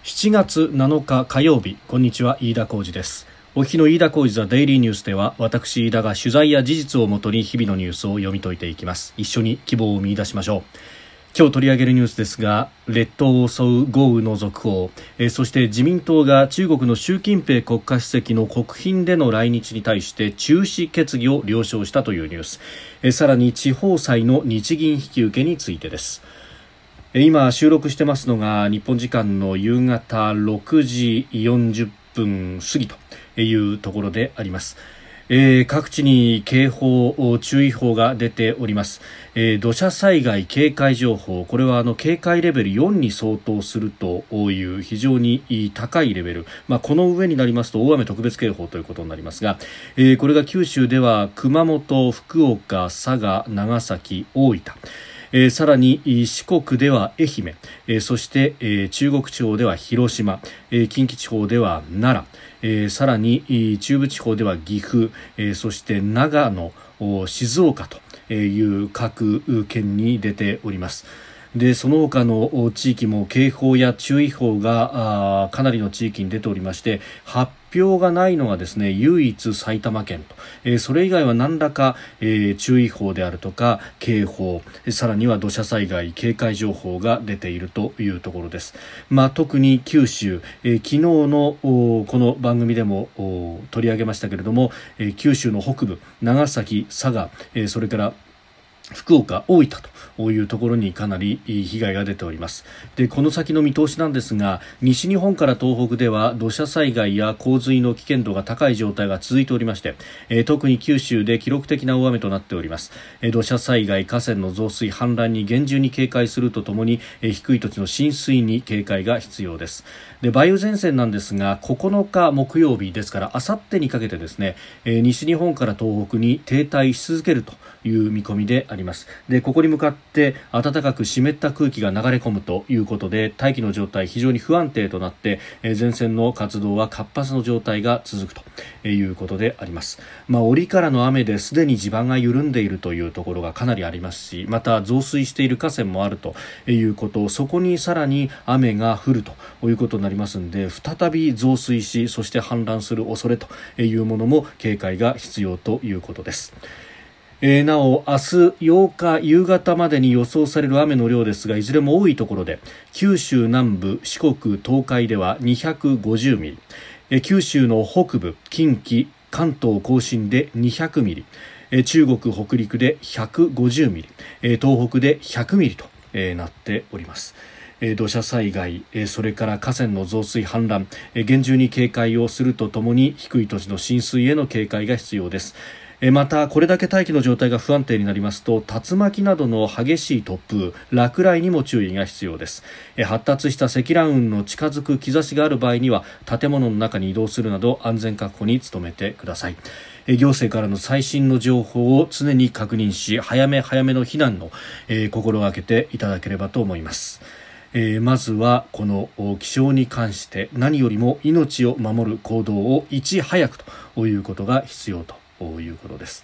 7月7日火曜日、こんにちは、飯田浩司です。お日の飯田浩司ザデイリーニュースでは、私飯田が取材や事実をもとに日々のニュースを読み解いていきます。一緒に希望を見出しましょう。今日取り上げるニュースですが、列島を襲う豪雨の続報、そして自民党が中国の習近平国家主席の国賓での来日に対して中止決議を了承したというニュース、さらに地方債の日銀引き受けについてです。今収録してますのが日本時間の夕方6時40分過ぎというところであります。各地に警報、注意報が出ております。土砂災害警戒情報、これは警戒レベル4に相当するという非常に高いレベル、この上になりますと大雨特別警報ということになりますが、これが九州では熊本、福岡、佐賀、長崎、大分、さらに四国では愛媛、そして中国地方では広島、近畿地方では奈良、さらに中部地方では岐阜、そして長野、静岡という各県に出ております。でその他の地域も警報や注意報がかなりの地域に出ておりまして、発表がないのがですね、唯一埼玉県と、それ以外は何らか、注意報であるとか警報、さらには土砂災害警戒情報が出ているというところです。特に九州、昨日のこの番組でも取り上げましたけれども、九州の北部、長崎、佐賀、それから福岡、大分というところにかなり被害が出ております。でこの先の見通しなんですが、西日本から東北では土砂災害や洪水の危険度が高い状態が続いておりまして、特に九州で記録的な大雨となっております。土砂災害、河川の増水氾濫に厳重に警戒するとともに、低い土地の浸水に警戒が必要です。で梅雨前線なんですが、9日木曜日ですからあさってにかけてですね、西日本から東北に停滞し続けるという見込みであります。でここに向かって暖かく湿った空気が流れ込むということで、大気の状態非常に不安定となって、前線の活動は活発の状態が続くということであります。折からの雨ですでに地盤が緩んでいるというところがかなりありますし、また増水している河川もあるということ、そこにさらに雨が降るということになりますので、再び増水し、そして氾濫する恐れというものも警戒が必要ということです。なお明日8日夕方までに予想される雨の量ですが、いずれも多いところで九州南部、四国、東海では250ミリ、九州の北部、近畿、関東甲信で200ミリ、中国北陸で150ミリ、東北で100ミリとなっております。土砂災害、それから河川の増水氾濫、厳重に警戒をするとともに低い土地の浸水への警戒が必要です。またこれだけ大気の状態が不安定になりますと、竜巻などの激しい突風、落雷にも注意が必要です。発達した積乱雲の近づく兆しがある場合には建物の中に移動するなど安全確保に努めてください。行政からの最新の情報を常に確認し、早め早めの避難を、心がけていただければと思います。まずはこの気象に関して何よりも命を守る行動をいち早くということが必要ということです。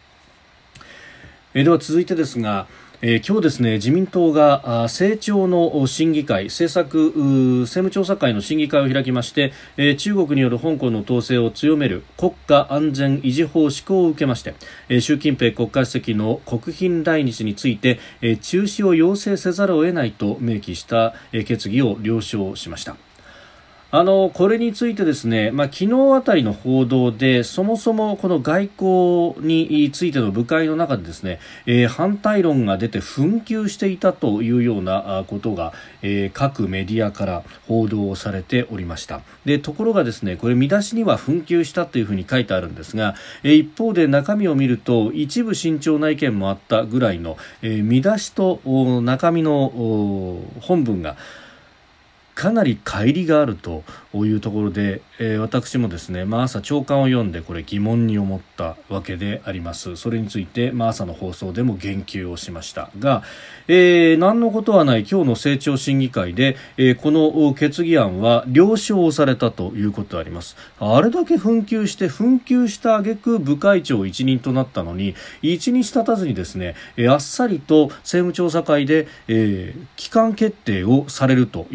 では続いてですが、今日ですね、自民党が政調の審議会、政務調査会の審議会を開きまして、中国による香港の統制を強める国家安全維持法施行を受けまして、習近平国家主席の国賓来日について、中止を要請せざるを得ないと明記した決議を了承しました。これについてですね、昨日あたりの報道でそもそもこの外交についての部会の中でですね、反対論が出て紛糾していたというようなことが、各メディアから報道されておりました。でところがですね、これ見出しには紛糾したというふうに書いてあるんですが、一方で中身を見ると一部慎重な意見もあったぐらいの、見出しと中身の本文がかなり乖離があるというところで、私もですね、朝朝刊を読んでこれ疑問に思ったわけであります。それについて、朝の放送でも言及をしましたが、何のことはない今日の政調審議会で、この決議案は了承されたということであります。あれだけ紛糾した挙句部会長一任となったのに、一日経たずにですね、あっさりと政務調査会で、機関決定をされるということの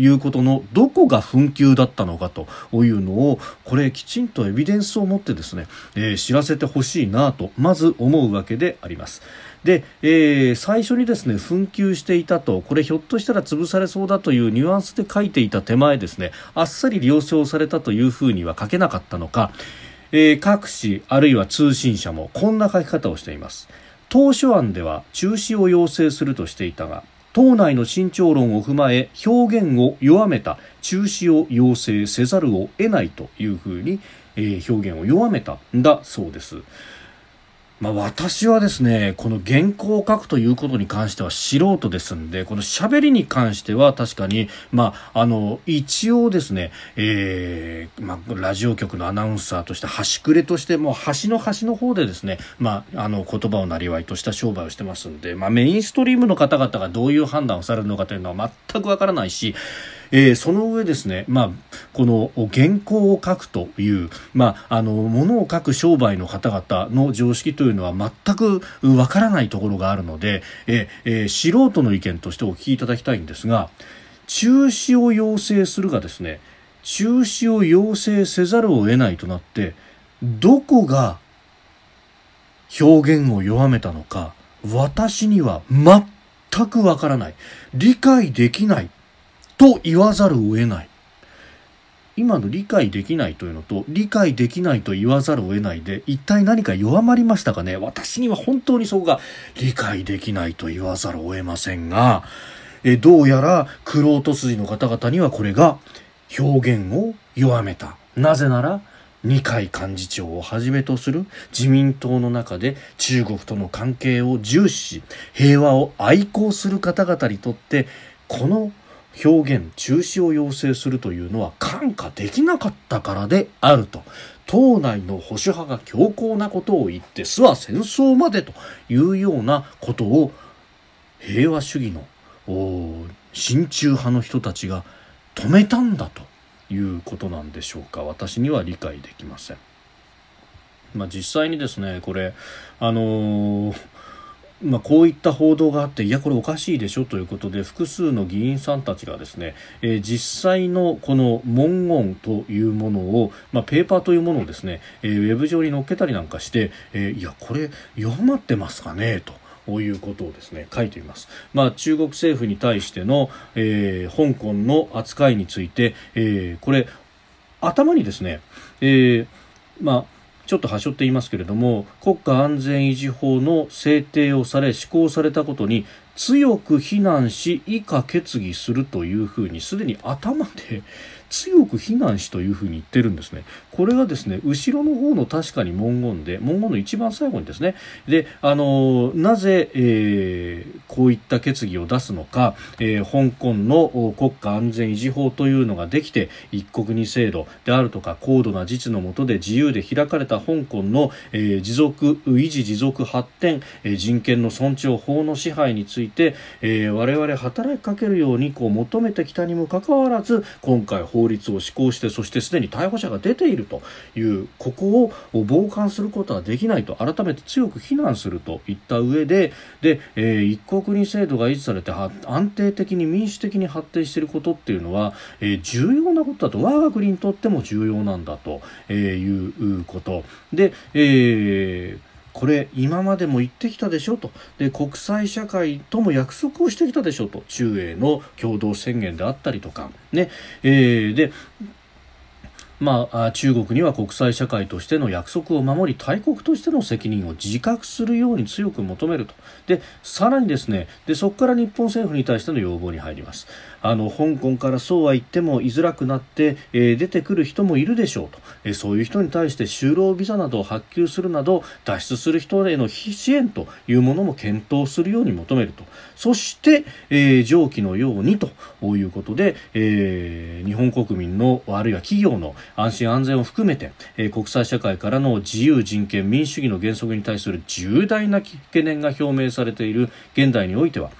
のどこが紛糾だったのかというのを、これきちんとエビデンスを持ってですね、知らせてほしいなとまず思うわけであります。で、最初にですね紛糾していたと、これひょっとしたら潰されそうだというニュアンスで書いていた手前ですね、あっさり了承されたというふうには書けなかったのか、各紙あるいは通信社もこんな書き方をしています。当初案では中止を要請するとしていたが、党内の慎重論を踏まえ表現を弱めた中止を要請せざるを得ないというふうに、表現を弱めたんだそうです。私はですね、この原稿を書くということに関しては素人ですんで、この喋りに関しては確かに、一応ですね、ラジオ局のアナウンサーとして端くれとして、もう端の端の方でですね、言葉をなりわいとした商売をしてますんで、メインストリームの方々がどういう判断をされるのかというのは全くわからないし、その上ですね、この原稿を書くという、物を書く商売の方々の常識というのは全くわからないところがあるので、素人の意見としてお聞きいただきたいんですが、中止を要請するがですね、中止を要請せざるを得ないとなって、どこが表現を弱めたのか、私には全くわからない。理解できない。と言わざるを得ない。今の理解できないというのと理解できないと言わざるを得ないで一体何か弱まりましたかね。私には本当にそこが理解できないと言わざるを得ませんが、どうやら玄人筋の方々にはこれが表現を弱めた。なぜなら二階幹事長をはじめとする自民党の中で中国との関係を重視し平和を愛好する方々にとって、この表現中止を要請するというのは看過できなかったからであると、党内の保守派が強硬なことを言って諏訪戦争までというようなことを平和主義の親中派の人たちが止めたんだということなんでしょうか。私には理解できません。実際にですね、これこういった報道があって、いやこれおかしいでしょということで複数の議員さんたちがですね、実際のこの文言というものを、ペーパーというものをですね、ウェブ上に載っけたりなんかして、いやこれ弱まってますかねということをですね書いています。中国政府に対しての、香港の扱いについて、これ頭にですね、ちょっと端折って言いますけれども、国家安全維持法の制定をされ施行されたことに強く非難し以下決議するというふうにすでに頭で強く非難しというふうに言ってるんですね。これがですね後ろの方の確かに文言で、文言の一番最後にですね、でなぜ、こういった決議を出すのか、香港の国家安全維持法というのができて一国二制度であるとか高度な自治の下で自由で開かれた香港の、維持持続発展、人権の尊重法の支配について、我々働きかけるように求めてきたにもかかわらず今回法律を施行して、そしてすでに逮捕者が出ているという、ここを傍観することはできないと改めて強く非難するといった上で、一国二制度が維持されて安定的に民主的に発展していることっていうのは、重要なことだと、我が国にとっても重要なんだということで、これ今までも言ってきたでしょと、で国際社会とも約束をしてきたでしょと、中英の共同宣言であったりとかね、で中国には国際社会としての約束を守り大国としての責任を自覚するように強く求めると。でさらにですね、そこから日本政府に対しての要望に入ります。香港からそうは言っても居づらくなって、出てくる人もいるでしょうと、そういう人に対して就労ビザなどを発給するなど脱出する人への支援というものも検討するように求めると。そして、上記のようにということで、日本国民のあるいは企業の安心安全を含めて、国際社会からの自由人権民主主義の原則に対する重大な懸念が表明されている現状においては、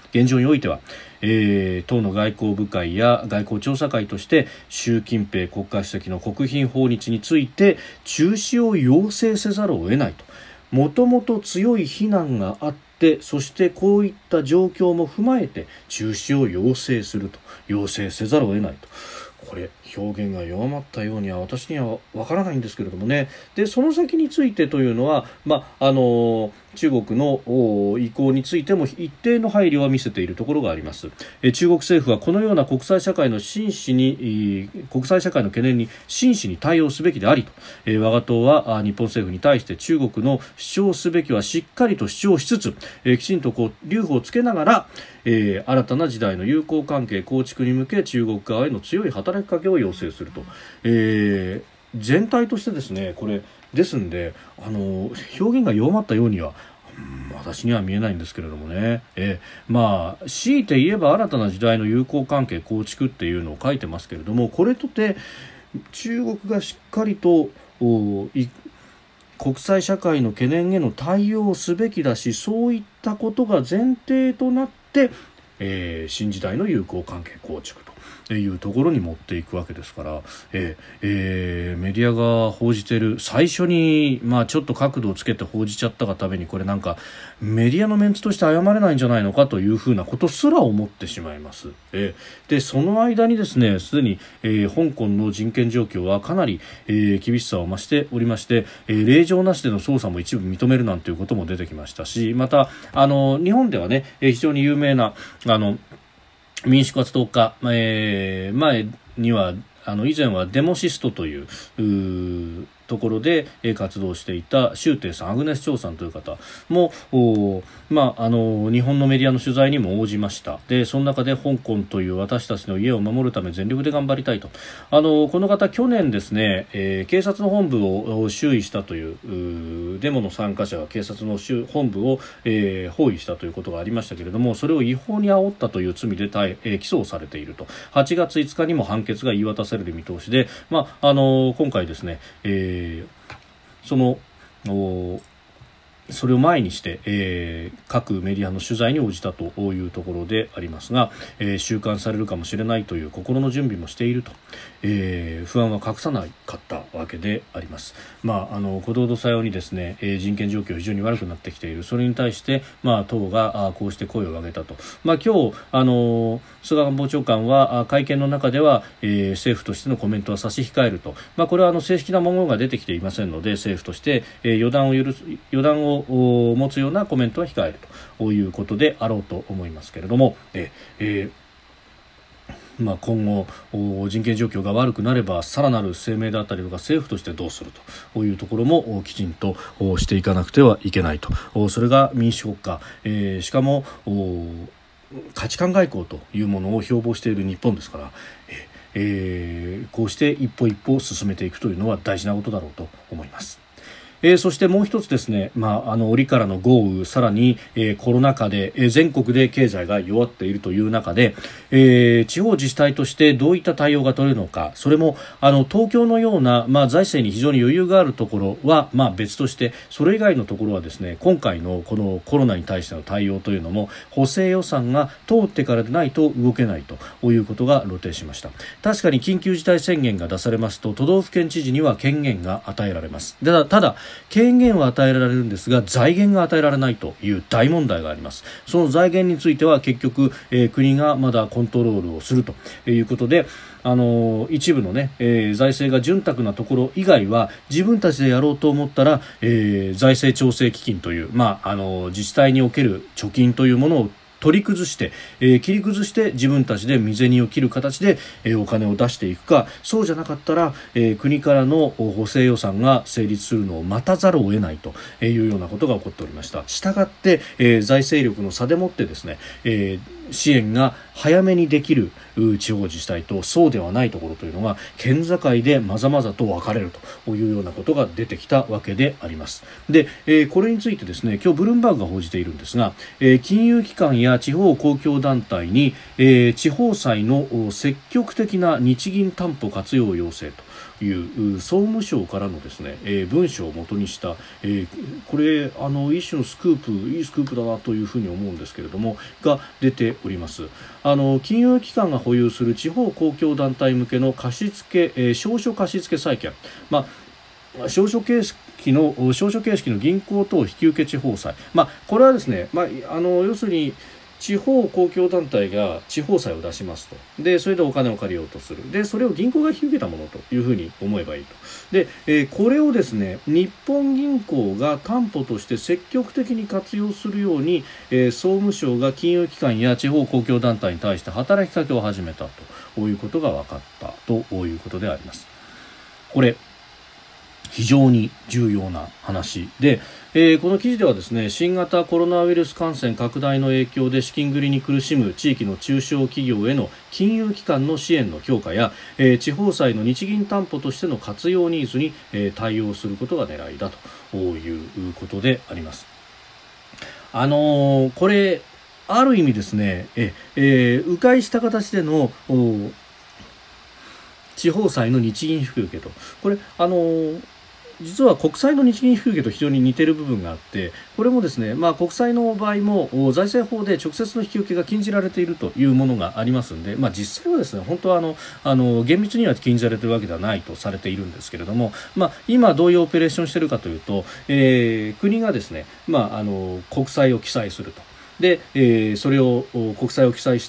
党の外交部会や外交調査会として習近平国家主席の国賓訪日について中止を要請せざるを得ないと。もともと強い非難があって、そしてこういった状況も踏まえて中止を要請すると、要請せざるを得ないと。 これ表現が弱まったようには私にはわからないんですけれどもね。でその先についてというのは、中国の意向についても一定の配慮は見せているところがあります。中国政府はこのような国際社会の懸念に真摯に対応すべきでありと、我が党は日本政府に対して中国の主張すべきはしっかりと主張しつつ、きちんと留保をつけながら、新たな時代の友好関係構築に向け中国側への強い働きかけを要請すると、全体としてですね、これですんで表現が弱まったようには私には見えないんですけれどもね。強いて言えば新たな時代の友好関係構築っていうのを書いてますけれども、これとて中国がしっかりと国際社会の懸念への対応をすべきだし、そういったことが前提となって、新時代の友好関係構築というところに持っていくわけですから、メディアが報じている最初に、ちょっと角度をつけて報じちゃったがために、これなんかメディアのメンツとして謝れないんじゃないのかというふうなことすら思ってしまいます。でその間にですね、すでに、香港の人権状況はかなり、厳しさを増しておりまして、令状なしでの捜査も一部認めるなんていうことも出てきましたし、また日本ではね、非常に有名な民主活動家、前には以前はデモシストというところで活動していた周庭さん、アグネス・チョウさんという方も日本のメディアの取材にも応じました。でその中で香港という私たちの家を守るため全力で頑張りたいと、この方去年ですね、警察の本部を周囲したというデモの参加者が警察の本部を、包囲したということがありましたけれども、それを違法に煽ったという罪で起訴されていると。8月5日にも判決が言い渡される見通しで、今回ですね、それを前にして、各メディアの取材に応じたというところでありますが、収監されるかもしれないという心の準備もしていると、不安は隠さなかったわけであります。小道さようにですね、人権状況非常に悪くなってきている。それに対して、党がこうして声を上げたと。今日菅官房長官は会見の中では、政府としてのコメントは差し控えると、これは正式なものが出てきていませんので、政府として、予断を持つようなコメントは控えるということであろうと思いますけれども、今後人権状況が悪くなればさらなる声明だったりとか政府としてどうするというところもきちんとしていかなくてはいけないと。それが民主国家、しかも価値観外交というものを標榜している日本ですから、こうして一歩一歩進めていくというのは大事なことだろうと思います。そしてもう一つですね、折からの豪雨、さらに、コロナ禍で、全国で経済が弱っているという中で、地方自治体としてどういった対応が取れるのか、それも東京のような、財政に非常に余裕があるところは、別として、それ以外のところはですね、今回のこのコロナに対しての対応というのも補正予算が通ってからでないと動けないということが露呈しました。確かに緊急事態宣言が出されますと、都道府県知事には権限が与えられます。ただ権限は与えられるんですが財源が与えられないという大問題があります。その財源については結局、国がまだコントロールをするということで、一部のね、財政が潤沢なところ以外は自分たちでやろうと思ったら、財政調整基金という、自治体における貯金というものを取り崩して、切り崩して自分たちで身銭を切る形で、お金を出していくか、そうじゃなかったら、国からの補正予算が成立するのを待たざるを得ないというようなことが起こっておりました。したがって、財政力の差でもってですね、支援が早めにできる地方自治体とそうではないところというのが県境でまざまざと分かれるというようなことが出てきたわけであります。で、これについてですね、今日ブルームバーグが報じているんですが、金融機関や地方公共団体に、地方債の積極的な日銀担保活用を要請という総務省からのですね、文書を元にした、これ一種のスクープ、いいスクープだなというふうに思うんですけれどもが出ております。金融機関が保有する地方公共団体向けの貸付、証書貸付債券、証書形式の銀行等引受地方債、これはですね、要するに地方公共団体が地方債を出しますと。でそれでお金を借りようとする。でそれを銀行が引き受けたものというふうに思えばいいと。で、これをですね日本銀行が担保として積極的に活用するように、総務省が金融機関や地方公共団体に対して働きかけを始めたということが分かったということであります。これ非常に重要な話で、この記事ではですね新型コロナウイルス感染拡大の影響で資金繰りに苦しむ地域の中小企業への金融機関の支援の強化や、地方債の日銀担保としての活用ニーズに、対応することが狙いだということであります。これある意味ですね、迂回した形での地方債の日銀引き受けと、これ実は国債の日銀引き受けと非常に似ている部分があって、これもですね、国債の場合も財政法で直接の引き受けが禁じられているというものがありますので、実際はですね本当は厳密には禁じられているわけではないとされているんですけれども、今どういうオペレーションしているかというと、国がですね、国債を記載すると。で、それを国債を記載して、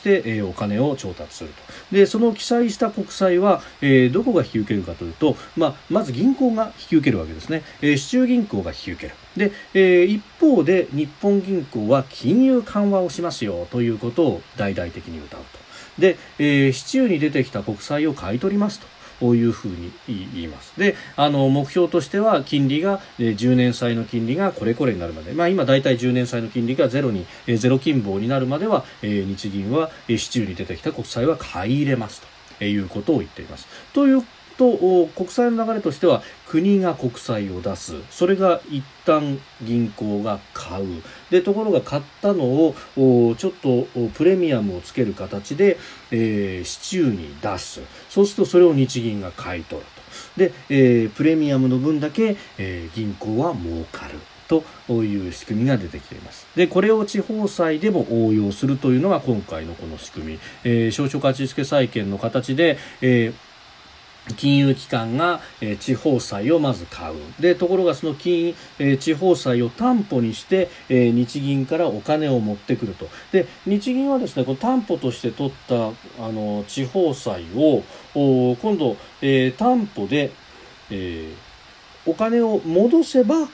お金を調達すると。でその記載した国債は、どこが引き受けるかというと、まず銀行が引き受けるわけですね。市中銀行が引き受ける。で、一方で日本銀行は金融緩和をしますよということを大々的に謳うと。で、市中に出てきた国債を買い取りますと。こういうふうに言います。で、目標としては金利が10年債の金利がこれこれになるまで、今だいたい10年債の金利がゼロ金棒になるまでは、日銀は市中に出てきた国債は買い入れますということを言っています。というと国債の流れとしては国が国債を出す、それが一旦銀行が買う。でところが買ったのをちょっとプレミアムをつける形で、市中に出す。そうするとそれを日銀が買い取ると。で、プレミアムの分だけ、銀行は儲かるという仕組みが出てきています。でこれを地方債でも応用するというのが今回のこの仕組み、証書貸付債券の形で、金融機関が、地方債をまず買う。でところがその地方債を担保にして、日銀からお金を持ってくると。で日銀はですねこの担保として取った地方債を今度、担保で、お金を戻せば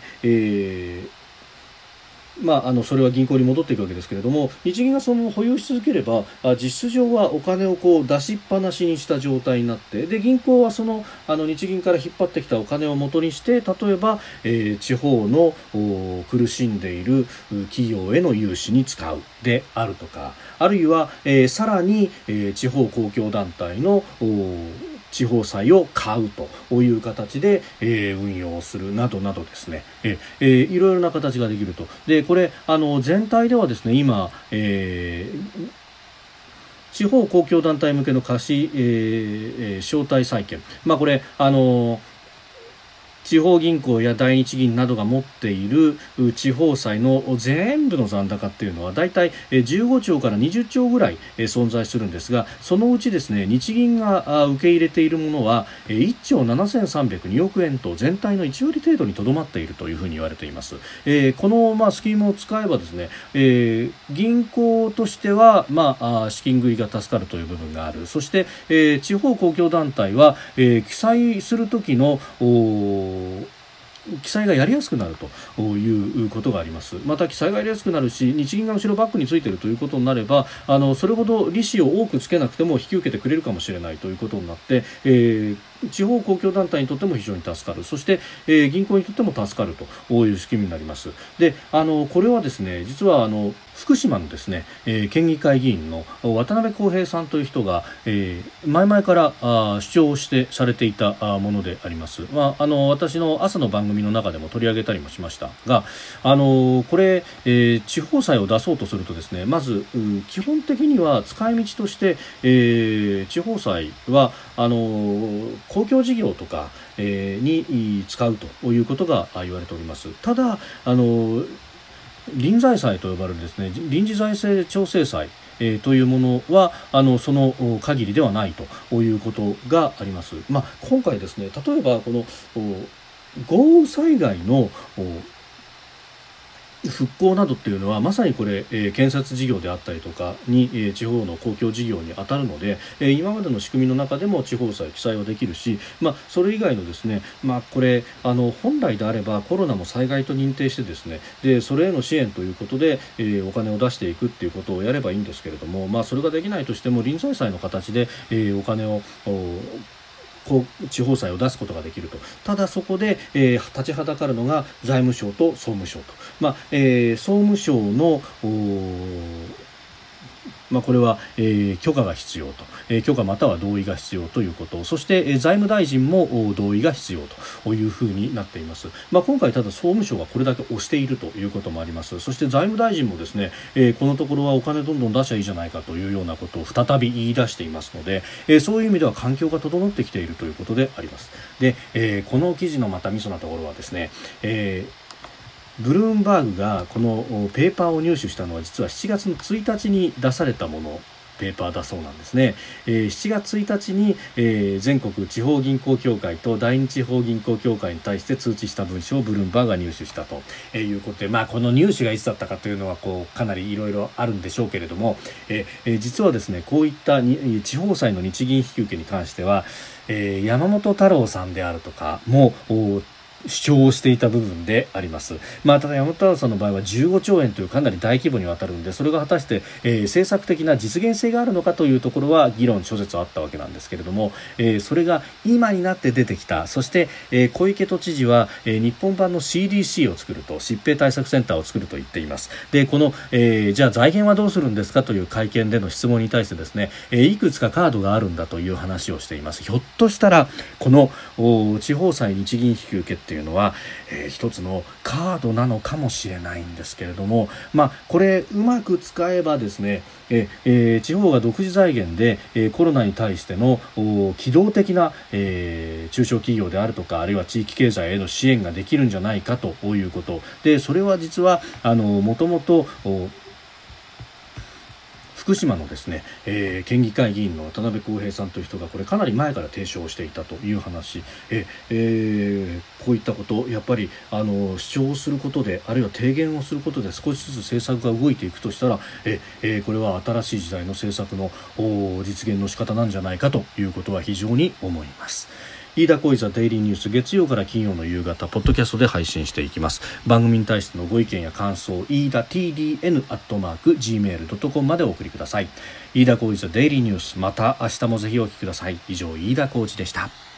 それは銀行に戻っていくわけですけれども、日銀がそのまま保有し続ければ実質上はお金を出しっぱなしにした状態になって、で銀行はその日銀から引っ張ってきたお金を元にして、例えば、地方の苦しんでいる企業への融資に使うであるとか、あるいは、さらに、地方公共団体の地方債を買うという形で、運用するなどなどですね、いろいろな形ができると。でこれ全体ではですね今、地方公共団体向けの貸し、招待債券、これ地方銀行や第一銀などが持っている地方債の全部の残高っていうのはだいたい15兆から20兆ぐらい存在するんですが、そのうちですね日銀が受け入れているものは1兆7302億円と全体の1割程度にとどまっているというふうに言われています。このスキームを使えばですね、銀行としては資金繰りが助かるという部分がある。そして、地方公共団体は記載する時の記載がやりやすくなるということがあります。また記載がやりやすくなるし、日銀が後ろバックについているということになればそれほど利子を多くつけなくても引き受けてくれるかもしれないということになって、地方公共団体にとっても非常に助かる。そして、銀行にとっても助かるという仕組みになります。でこれはですね実は福島のですね、県議会議員の渡辺康平さんという人が、前々から主張してされていたものであります。私の朝の番組の中でも取り上げたりもしましたが、これ、地方債を出そうとするとですね、まず基本的には使い道として、地方債は公共事業とか、に使うということが言われております。ただ臨財債と呼ばれるですね臨時財政調整債というものはその限りではないということがあります。今回ですね例えばこの豪雨災害の復興などっていうのはまさにこれ、建設事業であったりとかに、地方の公共事業に当たるので、今までの仕組みの中でも地方債記載はできるし、それ以外のですね、これ本来であればコロナも災害と認定してですね、でそれへの支援ということで、お金を出していくっていうことをやればいいんですけれども、それができないとしても臨済債の形で、お金を地方債を出すことができると。ただそこで、立ちはだかるのが財務省と総務省と、総務省のこれは、許可が必要と、許可または同意が必要ということ、そして、財務大臣も同意が必要というふうになっています。今回ただ総務省がこれだけ押しているということもあります。そして財務大臣もですね、このところはお金どんどん出しゃいいじゃないかというようなことを再び言い出していますので、そういう意味では環境が整ってきているということであります。で、この記事のまたミソなところはですね、ブルームバーグがこのペーパーを入手したのは実は7月の1日に出されたもの、ペーパーだそうなんですね。7月1日に、全国地方銀行協会と第二地方銀行協会に対して通知した文書をブルームバーグが入手したということで、この入手がいつだったかというのはかなりいろいろあるんでしょうけれども、実はですね、こういった地方債の日銀引き受けに関しては、山本太郎さんであるとかも主張していた部分であります。ただ山本太郎さんの場合は15兆円というかなり大規模にわたるんで、それが果たして、政策的な実現性があるのかというところは議論諸説あったわけなんですけれども、それが今になって出てきた。そして、小池都知事は、日本版の CDC を作ると、疾病対策センターを作ると言っています。でこの、じゃあ財源はどうするんですかという会見での質問に対してですね、いくつかカードがあるんだという話をしています。ひょっとしたらこの地方債日銀引き受けっていうのは、一つのカードなのかもしれないんですけれども、これうまく使えばですね、地方が独自財源で、コロナに対しての機動的な、中小企業であるとか、あるいは地域経済への支援ができるんじゃないかということで、それは実はもともと福島のですね、県議会議員の渡辺康平さんという人がこれかなり前から提唱していたという話、こういったことやっぱり主張することで、あるいは提言をすることで少しずつ政策が動いていくとしたら、これは新しい時代の政策の実現の仕方なんじゃないかということは非常に思います。飯田浩司ザデイリーニュース、月曜から金曜の夕方ポッドキャストで配信していきます。番組に対してのご意見や感想、飯田 TDN@gmail.com までお送りください。飯田浩司ザデイリーニュース、また明日もぜひお聞きください。以上、飯田浩司でした。